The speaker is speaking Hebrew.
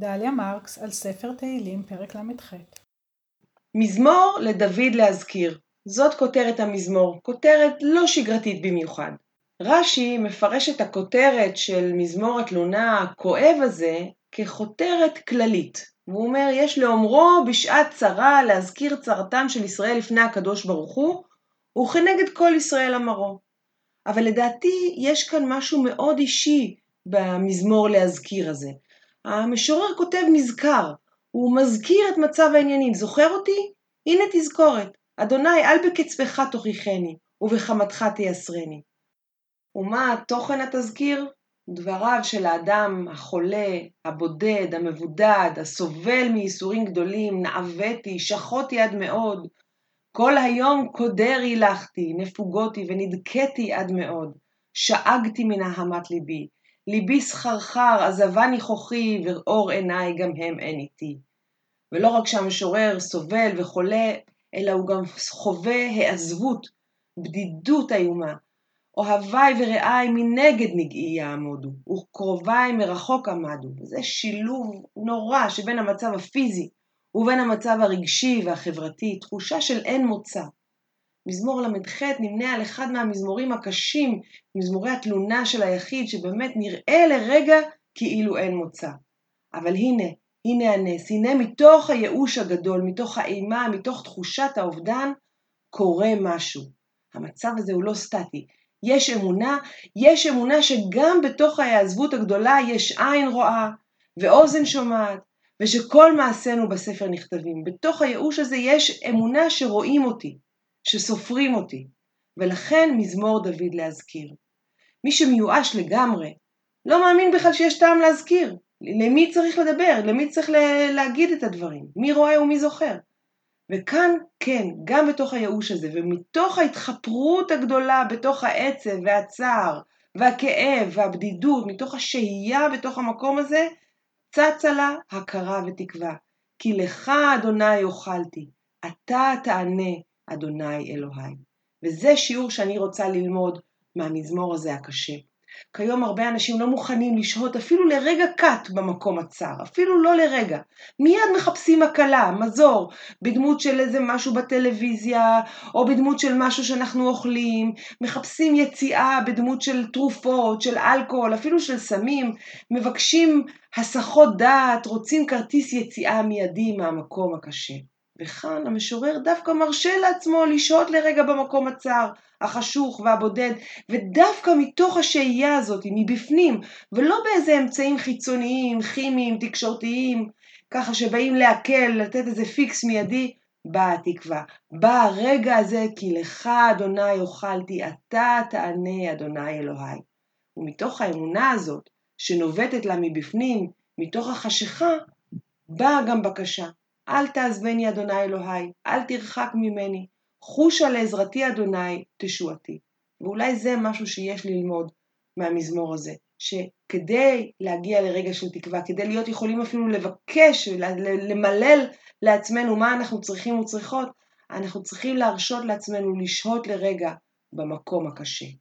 דליה מרקס על ספר תהילים פרק ל"ח. מזמור לדוד להזכיר. זאת כותרת המזמור, כותרת לא שגרתית במיוחד. רש"י מפרש את הכותרת של מזמור התלונה הכואב הזה ככותרת כללית. הוא אומר, יש לאומרו בשעת צרה להזכיר צרתם של ישראל לפני הקדוש ברוך הוא, וכנגד כל ישראל אמרו. אבל לדעתי יש כאן משהו מאוד אישי במזמור להזכיר הזה. המשורר כותב נזכר, הוא מזכיר את מצב העניינים. זוכר אותי? הנה תזכורת. אדוני, אל בקצפך תוכיחני, ובחמתך תייסרני. ומה תוכן התזכיר? דבריו של האדם החולה, הבודד, המבודד, הסובל מייסורים גדולים, נעוויתי, שחותי עד מאוד. כל היום קודר הילכתי, נפוגותי ונדכאתי עד מאוד. שאגתי מנהמת ליבי. ליבי סחרחר, עזבה ניחוחי, ואור עיניי גם הם אין איתי. ולא רק שהמשורר סובל וחולה, אלא הוא גם חווה העזבות, בדידות איומה. אוהביי ורעיי מנגד נגעי יעמודו, וקרוביי מרחוק עמדו. וזה שילוב נורא שבין המצב הפיזי ובין המצב הרגשי והחברתי, תחושה של אין מוצא. מזמור ל"ח נמנה על אחד מהמזמורים הקשים, מזמורי התלונה של היחיד, שבאמת נראה לרגע כאילו אין מוצא. אבל הנה הנס, הנה מתוך הייאוש הגדול, מתוך האימה, מתוך תחושת האובדן, קורה משהו. המצב הזה הוא לא סטטי. יש אמונה שגם בתוך ההיעזבות הגדולה יש עין רואה ואוזן שומעת, ושכל מעשינו בספר נכתבים. בתוך הייאוש הזה יש אמונה שרואים אותי, שסופרים אותי, ולכן מזמור דוד להזכיר. מי שמיואש לגמרי, לא מאמין בכלל שיש טעם להזכיר. למי צריך לדבר? למי צריך להגיד את הדברים? מי רואה ומי זוכר? וכאן, כן, גם בתוך הייאוש הזה, ומתוך ההתחפרות הגדולה, בתוך העצב והצער, והכאב והבדידות, מתוך השהייה בתוך המקום הזה, צצה לה הכרה ותקווה. כי לך, אדוני, אוכלתי, אתה תענה, אדוני אלוהי. וזה שיעור שאני רוצה ללמוד מהמזמור הזה הקשה. כיום הרבה אנשים לא מוכנים לשהות אפילו לרגע קט במקום הצר, אפילו לא לרגע. מיד מחפשים הקלה, מזור, בדמות של איזה משהו בטלוויזיה, או בדמות של משהו שאנחנו אוכלים, מחפשים יציאה בדמות של תרופות, של אלכוהול, אפילו של סמים, מבקשים הסחות דעת, רוצים כרטיס יציאה מיידי מהמקום הקשה. וכאן המשורר דווקא מרשה לעצמו לשהות לרגע במקום הצר, החשוך והבודד, ודווקא מתוך השהייה הזאת, מבפנים, ולא באיזה אמצעים חיצוניים, כימיים, תקשורתיים, ככה שבאים להקל, לתת איזה פיקס מיידי, באה התקווה. בא הרגע הזה, כי לך אדוני אוכלתי, אתה תענה אדוני אלוהי. ומתוך האמונה הזאת, שנובטת לה מבפנים, מתוך החשיכה, באה גם בקשה. אל תעזבני אדוני אלוהי, אל תרחק ממני, חושה לעזרתי אדוני תשועתי. ואולי זה משהו שיש ללמוד מהמזמור הזה, שכדי להגיע לרגע של תקווה, כדי להיות יכולים אפילו לבקש, למלל לעצמנו מה אנחנו צריכים וצריכות, אנחנו צריכים להרשות לעצמנו לשהות לרגע במקום הקשה.